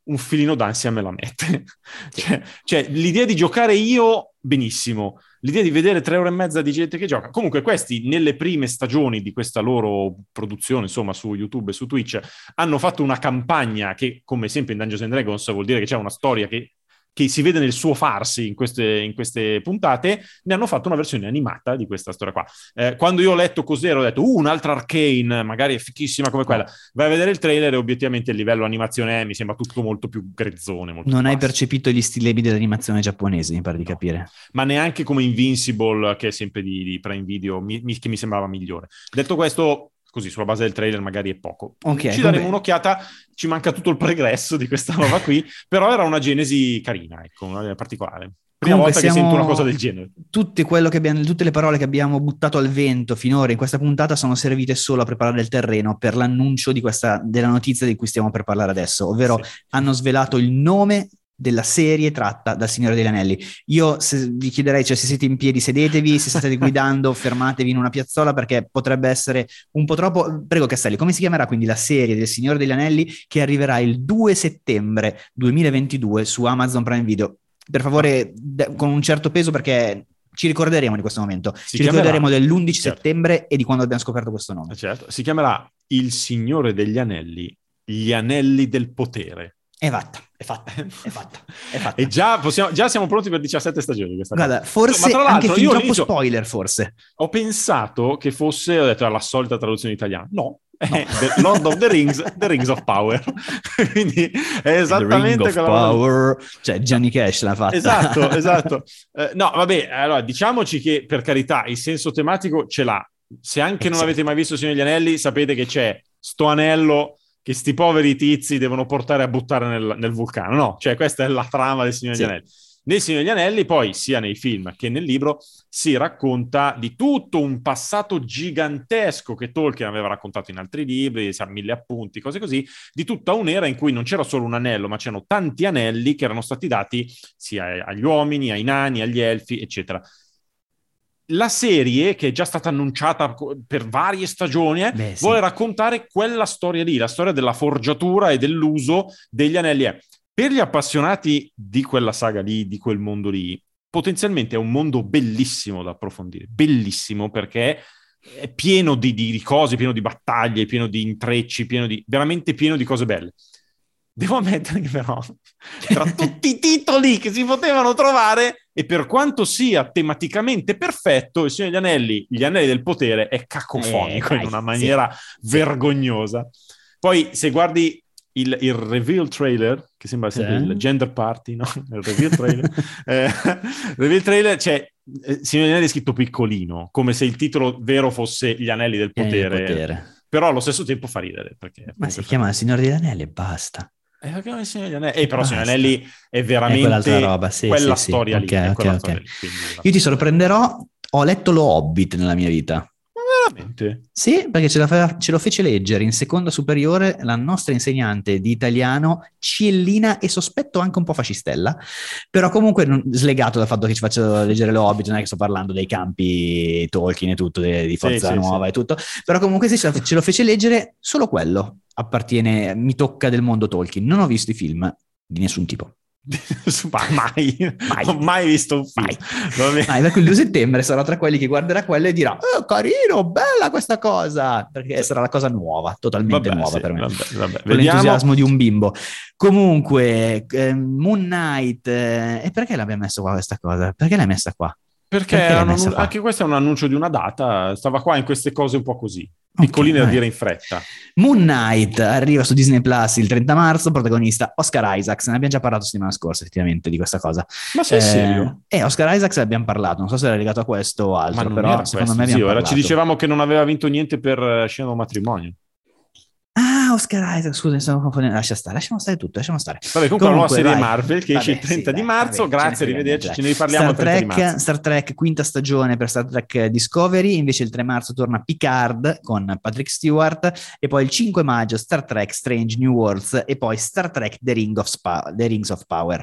un filino d'ansia me la mette. Cioè, l'idea di giocare io, benissimo. L'idea di vedere 3 ore e mezza di gente che gioca. Comunque questi, nelle prime stagioni di questa loro produzione, insomma, su YouTube e su Twitch, hanno fatto una campagna che, come sempre in Dungeons and Dragons, vuol dire che c'è una storia che si vede nel suo farsi in queste puntate. Ne hanno fatto una versione animata di questa storia qua. Quando io ho letto cos'era, ho detto un'altra Arcane, magari è fichissima come quella. Vai a vedere il trailer e obiettivamente il livello animazione mi sembra tutto molto più grezzone, molto non più hai basso. percepito gli stilemi dell'animazione giapponese, mi pare di capire. Ma neanche come Invincible, che è sempre di Prime Video, che mi sembrava migliore. Detto questo, così sulla base del trailer magari è poco. Okay, ci daremo un'occhiata, ci manca tutto il pregresso di questa roba qui, però era una genesi carina, ecco, una particolare. Prima Comunque volta che sento una cosa del genere. Tutte le parole che abbiamo buttato al vento finora in questa puntata sono servite solo a preparare il terreno per l'annuncio della notizia di cui stiamo per parlare adesso, ovvero hanno svelato il nome della serie tratta dal Signore degli Anelli. Io vi chiederei, cioè, se siete in piedi sedetevi, se state guidando fermatevi in una piazzola, perché potrebbe essere un po' troppo. Prego Castelli, come si chiamerà quindi la serie del Signore degli Anelli che arriverà il 2 settembre 2022 su Amazon Prime Video? Per favore, con un certo peso, perché ci ricorderemo di questo momento. Ci ricorderemo dell'11 settembre e di quando abbiamo scoperto questo nome. Certo, si chiamerà Il Signore degli Anelli, gli Anelli del Potere. È fatta. E già siamo pronti per 17 stagioni. Guarda, forse ma tra l'altro, anche fin troppo spoiler, forse. Ho pensato che fosse, ho detto, la solita traduzione italiana. No. The Lord of the Rings, The Rings of Power. Quindi è esattamente The Ring of Power, cioè Johnny Cash l'ha fatta. Esatto. No, vabbè, allora diciamoci che, per carità, il senso tematico ce l'ha. Se anche non avete mai visto Signore degli Anelli, sapete che c'è sto anello che sti poveri tizi devono portare a buttare nel vulcano, no? Cioè questa è la trama del Signore degli Anelli. Nel Signore degli Anelli, poi, sia nei film che nel libro, si racconta di tutto un passato gigantesco che Tolkien aveva raccontato in altri libri, 1000 appunti, cose così, di tutta un'era in cui non c'era solo un anello, ma c'erano tanti anelli che erano stati dati sia agli uomini, ai nani, agli elfi, eccetera. La serie, che è già stata annunciata per varie stagioni, vuole raccontare quella storia lì, la storia della forgiatura e dell'uso degli anelli. Per gli appassionati di quella saga lì, di quel mondo lì, potenzialmente è un mondo bellissimo da approfondire, bellissimo, perché è pieno di cose, pieno di battaglie, pieno di intrecci, veramente pieno di cose belle. Devo ammettere che però, tra tutti i titoli che si potevano trovare, e per quanto sia tematicamente perfetto, il Signore degli Anelli, gli Anelli del Potere, è cacofonico in una maniera vergognosa. Poi, se guardi il reveal trailer, che sembra sempre il gender party, no? Il reveal trailer, c'è Signore degli Anelli scritto piccolino, come se il titolo vero fosse Gli Anelli del Potere. Però allo stesso tempo fa ridere. Ma si chiama Signore degli Anelli e basta. Però Signore degli Anelli è veramente roba. Quella storia lì. Okay. Io ti sorprenderò, ho letto Lo Hobbit nella mia vita. Veramente? Sì, perché ce lo fece leggere in seconda superiore la nostra insegnante di italiano, ciellina e sospetto anche un po' fascistella, però comunque slegato dal fatto che ci faccio leggere Lo Hobbit, non è che sto parlando dei campi Tolkien e tutto, di Forza Nuova e tutto, però comunque sì, ce lo fece leggere, solo quello mi tocca del mondo Tolkien. Non ho visto i film di nessun tipo. mai. Non ho mai visto un film. Per cui il 2 settembre sarò tra quelli che guarderà quello e dirà carino, bella questa cosa, perché sarà la cosa nuova, totalmente nuova per me. Vabbè. Con l'entusiasmo di un bimbo. Comunque Moon Knight, e perché l'abbiamo messo qua questa cosa? Perché l'hai messa qua? Perché anche questo è un annuncio di una data, stava qua in queste cose un po' così, piccoline da dire in fretta. Moon Knight arriva su Disney Plus il 30 marzo, protagonista Oscar Isaacs, ne abbiamo già parlato settimana scorsa effettivamente di questa cosa. Ma sei serio? Oscar Isaacs l'abbiamo parlato, non so se era legato a questo o altro, però secondo me abbiamo parlato. Ci dicevamo che non aveva vinto niente per Scena d'un matrimonio. Oscar Isaac, scusa, stavo confondendo. Lasciamo stare tutto. Vabbè, comunque la nuova serie Marvel che esce il 30 di marzo. Grazie, arrivederci, ce ne riparliamo il 30 di marzo. Star Trek, quinta stagione per Star Trek Discovery, invece il 3 marzo torna Picard con Patrick Stewart, e poi il 5 maggio Star Trek Strange New Worlds, e poi Star Trek The Rings of Power.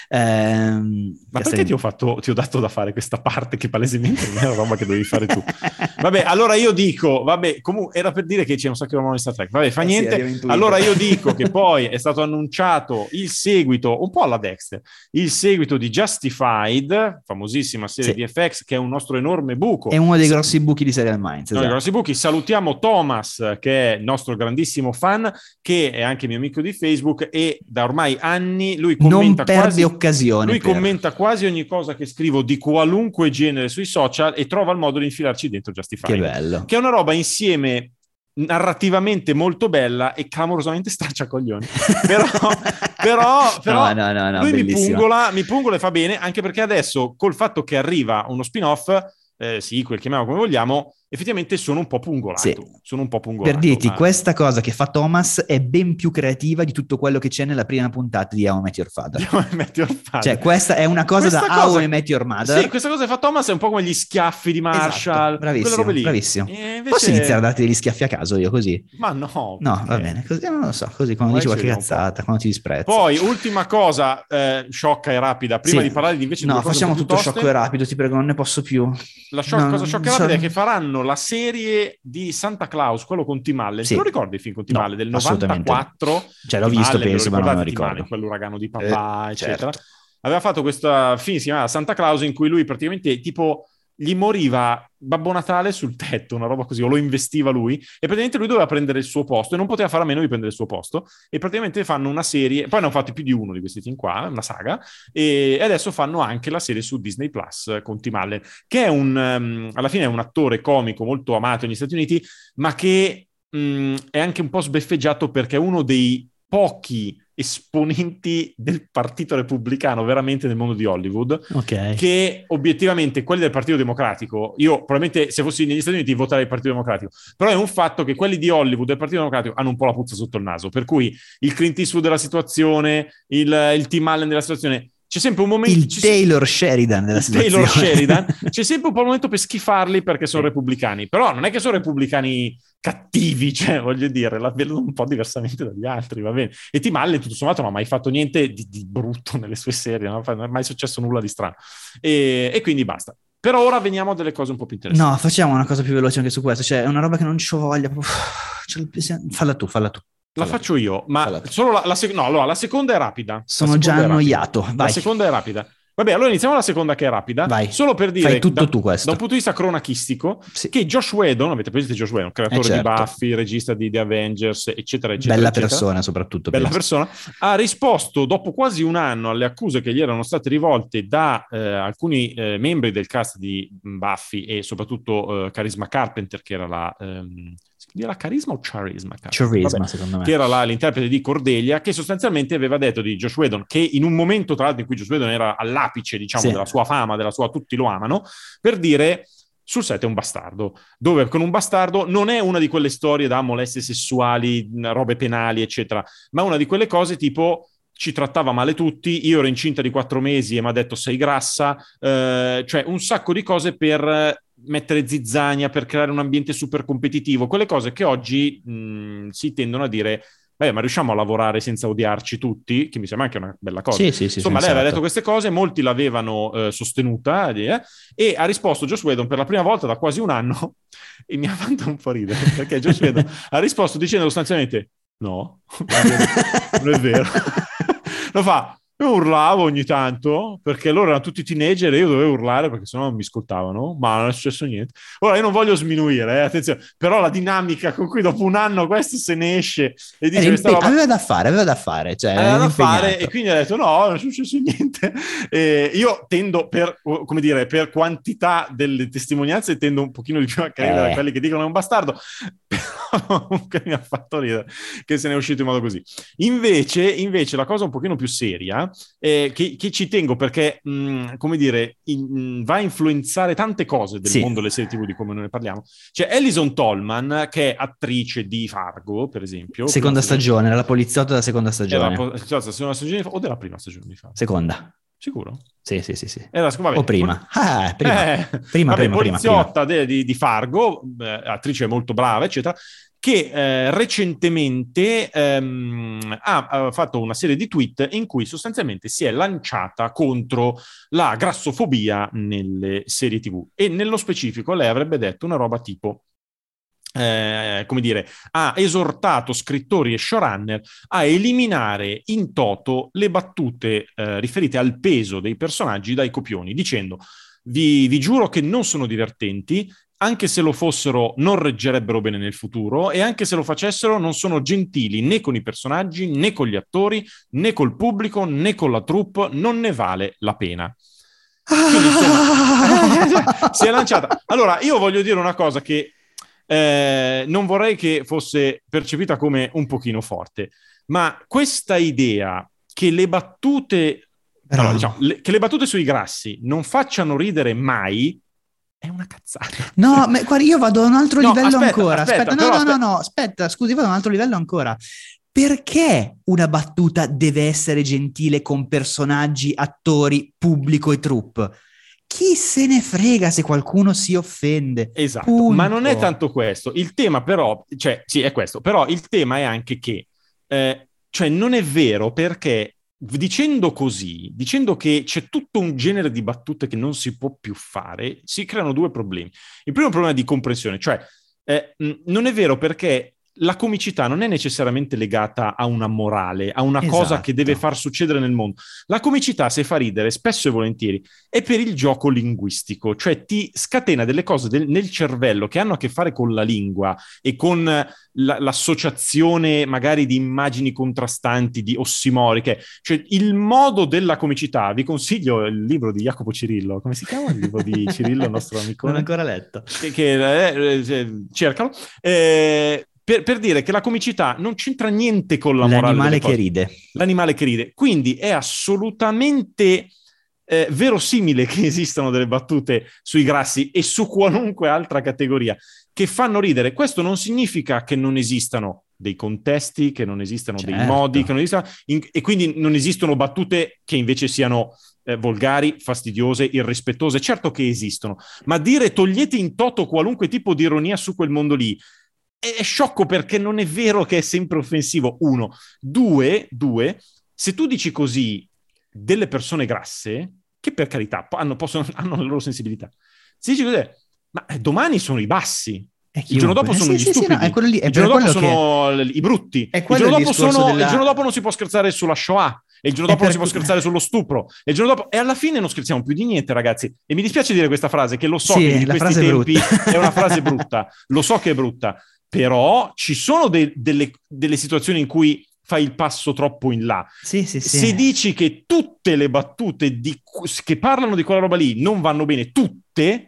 Ma perché ti ho dato da fare questa parte che palesemente non è una roba che dovevi fare tu? Vabbè, allora io dico, comunque era per dire che c'è un sacco di roba di Star Trek. Vabbè, fa niente. Esattamente. Allora io dico che poi è stato annunciato il seguito, un po' alla Dexter, il seguito di Justified, famosissima serie di FX, che è un nostro enorme buco. È uno dei grossi buchi di Serial Minds. Esatto. Grossi buchi. Salutiamo Thomas, che è il nostro grandissimo fan, che è anche mio amico di Facebook e da ormai anni lui commenta commenta quasi ogni cosa che scrivo di qualunque genere sui social e trova il modo di infilarci dentro Justified. Che bello. Che è una roba insieme narrativamente molto bella e clamorosamente stracciacoglioni. però no, lui mi pungola e fa bene, anche perché adesso col fatto che arriva uno spin-off, sequel, chiamiamolo come vogliamo, effettivamente sono un po' pungolato. Sì. Sono un po' pungolato. Per dirti, questa cosa che fa Thomas è ben più creativa di tutto quello che c'è nella prima puntata di How I Met Your Father. Cioè, questa è una cosa How I Met Your Mother. Sì, questa cosa che fa Thomas è un po' come gli schiaffi di Marshall. Esatto, bravissimo. Invece... Posso iniziare a darti degli schiaffi a caso io così? Ma no. No, va bene, così non lo so, così quando dici qualche cazzata, quando ti disprezzo. Poi, ultima cosa, sciocca e rapida, prima di parlare di invece... No, facciamo tutto sciocco e rapido, ti prego, non ne posso più. Cosa sciocca e rapida è che faranno la serie di Santa Claus, quello con Tim Allen. Te lo ricordi il film con Tim Allen del 94? Cioè l'ho visto, penso, ma non lo ricordo. Quell'uragano di papà, eccetera. Certo. Aveva fatto questa film, si chiamava Santa Claus, in cui lui praticamente tipo gli moriva Babbo Natale sul tetto, una roba così, o lo investiva lui, e praticamente lui doveva prendere il suo posto e non poteva fare a meno di prendere il suo posto, e praticamente fanno una serie, poi ne hanno fatti più di uno di questi film qua, una saga, e adesso fanno anche la serie su Disney Plus con Tim Allen, che è alla fine è un attore comico molto amato negli Stati Uniti, ma che è anche un po' sbeffeggiato perché è uno dei pochi esponenti del Partito Repubblicano veramente nel mondo di Hollywood, che obiettivamente quelli del Partito Democratico, io probabilmente se fossi negli Stati Uniti voterei il Partito Democratico, però è un fatto che quelli di Hollywood del Partito Democratico hanno un po' la puzza sotto il naso, per cui il Clint Eastwood della situazione, il Tim Allen della situazione, c'è sempre un momento... Taylor Sheridan della situazione. C'è sempre un po' il momento per schifarli perché sono repubblicani, però non è che sono repubblicani cattivi, cioè voglio dire, la vedono un po' diversamente dagli altri, va bene. E Tim Allen tutto sommato non ha mai fatto niente di brutto nelle sue serie, non è mai successo nulla di strano. E quindi basta. Per ora veniamo a delle cose un po' più interessanti. No, facciamo una cosa più veloce anche su questo, cioè è una roba che non c'ho voglia. Falla tu. La faccio io, ma solo la seconda è rapida. Sono già annoiato. Vai. La seconda è rapida. Vabbè, allora iniziamo la seconda che è rapida. Vai. Solo per dire, fai tutto tu questo. Da un punto di vista cronachistico, che Josh Whedon, avete presente Josh Whedon, creatore di Buffy, regista di The Avengers, eccetera. Bella persona soprattutto. Bella persona. Ha risposto dopo quasi un anno alle accuse che gli erano state rivolte da alcuni membri del cast di Buffy e soprattutto Charisma Carpenter, che era la... Era Carisma o Charisma? Charisma, secondo me. Che era l'interprete di Cordelia, che sostanzialmente aveva detto di Josh Whedon, che in un momento tra l'altro in cui Josh Whedon era all'apice, diciamo, della sua fama, della sua tutti lo amano, per dire sul set è un bastardo, dove con un bastardo non è una di quelle storie da molestie sessuali, robe penali, eccetera, ma una di quelle cose tipo... ci trattava male tutti, io ero incinta di 4 mesi e mi ha detto sei grassa, cioè un sacco di cose per mettere zizzania, per creare un ambiente super competitivo, quelle cose che oggi si tendono a dire ma riusciamo a lavorare senza odiarci tutti, che mi sembra anche una bella cosa. Sì, insomma, lei aveva detto queste cose, molti l'avevano sostenuta e ha risposto Joss Whedon per la prima volta da quasi un anno e mi ha fatto un po' ridere, perché Joss Whedon ha risposto dicendo sostanzialmente no, non è vero. Lo fa, io urlavo ogni tanto perché loro erano tutti teenager e io dovevo urlare perché sennò non mi ascoltavano, ma non è successo niente. Ora io non voglio sminuire, attenzione, però la dinamica con cui dopo un anno questo se ne esce e dice questa roba... aveva da fare, cioè aveva da fare e quindi ha detto no, non è successo niente. Io tendo per quantità delle testimonianze tendo un pochino di più a credere a quelli che dicono è un bastardo, però comunque mi ha fatto ridere che se ne è uscito in modo così. Invece la cosa un pochino più seria che ci tengo perché come dire va a influenzare tante cose del mondo delle serie TV di come noi ne parliamo. C'è Alison Tolman, che è attrice di Fargo, per esempio, seconda stagione, era la poliziotta della seconda stagione. Era la poliziotta della seconda stagione o della prima stagione di Fargo? Seconda. Sicuro? Sì. Vabbè, o prima. Prima. Poliziotta di Fargo, attrice molto brava, eccetera, che recentemente ha fatto una serie di tweet in cui sostanzialmente si è lanciata contro la grassofobia nelle serie TV. E nello specifico lei avrebbe detto una roba tipo: come dire, ha esortato scrittori e showrunner a eliminare in toto le battute riferite al peso dei personaggi dai copioni, dicendo: vi giuro che non sono divertenti, anche se lo fossero non reggerebbero bene nel futuro, e anche se lo facessero non sono gentili né con i personaggi, né con gli attori, né col pubblico, né con la troupe, non ne vale la pena. Quindi, insomma, si è lanciata. Allora, io voglio dire una cosa che non vorrei che fosse percepita come un pochino forte, ma questa idea che le battute, allora, diciamo, che le battute sui grassi non facciano ridere mai è una cazzata. No, ma guarda, io vado a un altro livello ancora. Aspetta, Aspetta, scusi, vado a un altro livello ancora. Perché una battuta deve essere gentile con personaggi, attori, pubblico e troupe? Chi se ne frega se qualcuno si offende? Esatto, punto. Ma non è tanto questo. Il tema però, cioè sì è questo, però il tema è anche che, cioè non è vero, perché dicendo così, dicendo che c'è tutto un genere di battute che non si può più fare, si creano due problemi. Il primo problema è di comprensione, cioè non è vero, perché la comicità non è necessariamente legata a una morale, a una cosa che deve far succedere nel mondo. La comicità, se fa ridere, spesso e volentieri, è per il gioco linguistico, cioè ti scatena delle cose nel cervello che hanno a che fare con la lingua e con l'associazione magari di immagini contrastanti, di ossimoriche. Cioè il modo della comicità, vi consiglio il libro di Jacopo Cirillo, come si chiama il libro di Cirillo, il nostro amico? Non ho ancora letto. Cercalo. Per dire che la comicità non c'entra niente con la morale. L'animale che ride. L'animale che ride. Quindi è assolutamente verosimile che esistano delle battute sui grassi e su qualunque altra categoria che fanno ridere. Questo non significa che non esistano dei contesti, che non esistano dei modi, che non esistano, e quindi non esistono battute che invece siano volgari, fastidiose, irrispettose. Certo che esistono, ma dire togliete in toto qualunque tipo di ironia su quel mondo lì è sciocco, perché non è vero che è sempre offensivo. Uno. Due, se tu dici così delle persone grasse, che per carità hanno le loro sensibilità, se dici così, ma domani sono i bassi, il giorno dopo sono gli stupidi, il giorno dopo sono i brutti, il giorno dopo non si può scherzare sulla Shoah, e il giorno dopo non si può scherzare sullo stupro, e il giorno dopo, e alla fine non scherziamo più di niente, ragazzi. E mi dispiace dire questa frase, che lo so che in questi tempi è una frase brutta, lo so che è brutta, però ci sono delle situazioni in cui fai il passo troppo in là. Se dici che tutte le battute che parlano di quella roba lì non vanno bene, tutte,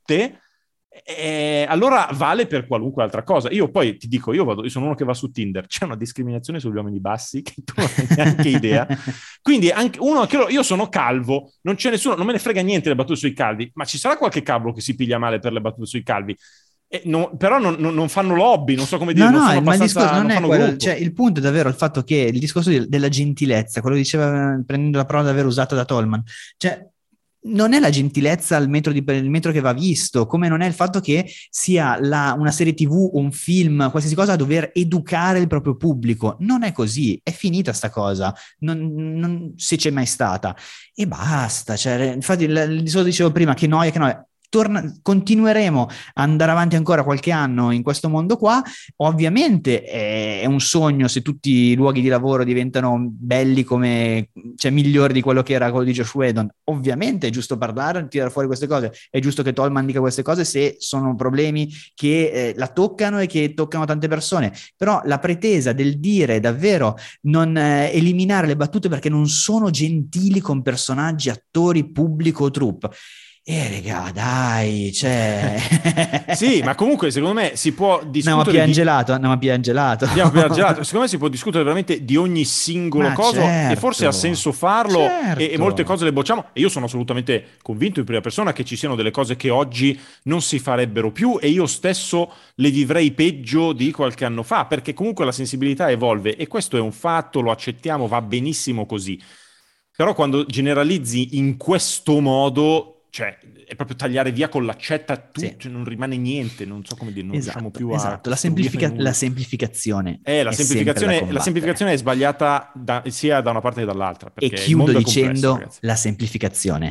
allora vale per qualunque altra cosa. Io poi ti dico, io sono uno che va su Tinder, c'è una discriminazione sugli uomini bassi che tu non hai neanche idea. Quindi anche io sono calvo, non c'è nessuno, non me ne frega niente le battute sui calvi, ma ci sarà qualche calvo che si piglia male per le battute sui calvi. Però non fanno lobby, non so come dire, ma il discorso non è quello, cioè il punto è davvero il fatto che il discorso della gentilezza, quello che diceva, prendendo la parola davvero usata da Tolman, cioè non è la gentilezza il metro che va visto, come non è il fatto che sia una serie TV o un film, qualsiasi cosa, a dover educare il proprio pubblico. Non è così, è finita sta cosa, non se c'è mai stata, e basta. Cioè, infatti il discorso dicevo prima, che noia. Continueremo a andare avanti ancora qualche anno in questo mondo qua. Ovviamente è un sogno se tutti i luoghi di lavoro diventano belli come, cioè migliori di quello che era quello di Joss Whedon. Ovviamente è giusto parlare, tirare fuori queste cose, è giusto che Tolman dica queste cose se sono problemi che la toccano e che toccano tante persone, però la pretesa del dire davvero non eliminare le battute perché non sono gentili con personaggi, attori, pubblico o troupe. Raga, dai, cioè... Sì, ma comunque secondo me si può discutere... Andiamo a piangelato. Secondo me si può discutere veramente di ogni singolo cosa, e forse ha senso farlo, e molte cose le bocciamo, e io sono assolutamente convinto in prima persona che ci siano delle cose che oggi non si farebbero più, e io stesso le vivrei peggio di qualche anno fa, perché comunque la sensibilità evolve, e questo è un fatto, lo accettiamo, va benissimo così. Però quando generalizzi in questo modo, cioè è proprio tagliare via con l'accetta tutto, cioè non rimane niente, non so come dire, non riusciamo più a... Esatto, la semplificazione. La semplificazione è sbagliata sia da una parte che dall'altra. E chiudo dicendo, la semplificazione è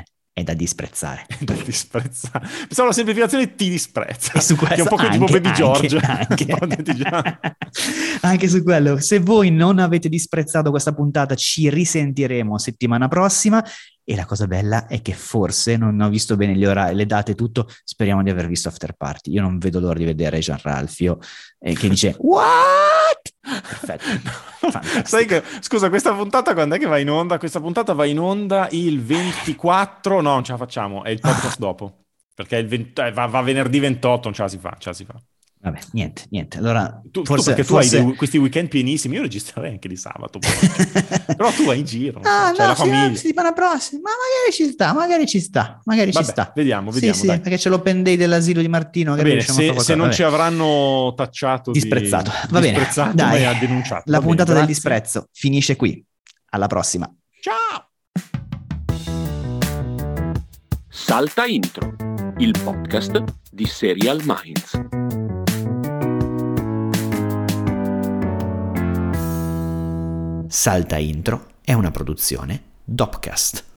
è da disprezzare. Da disprezzare. Pensavo la semplificazione ti disprezza. E su questo che è un po' anche, tipo Baby George. Anche. Anche su quello. Se voi non avete disprezzato questa puntata, ci risentiremo settimana prossima. E la cosa bella è che forse, non ho visto bene gli orari, le date e tutto, speriamo di aver visto After Party. Io non vedo l'ora di vedere Gian Ralphio che dice what? Perfetto. Sai che, scusa, questa puntata quando è che va in onda? Questa puntata va in onda il 24, no, non ce la facciamo, è il podcast dopo, perché il 20, va venerdì 28, non ce la si fa. Vabbè, niente. Allora, perché tu hai questi weekend pienissimi, io registrerei anche di sabato. Però tu vai in giro, c'hai la famiglia. Settimana prossima, ma magari ci sta. Vediamo, sì, dai. perché c'è l'open day dell'asilo di Martino. Va bene, se non ci avranno tacciato disprezzato. Va bene, dai, ha denunciato. La puntata del disprezzo finisce qui. Alla prossima. Ciao! Salta Intro, il podcast di Serial Minds. Salta Intro è una produzione Dopcast.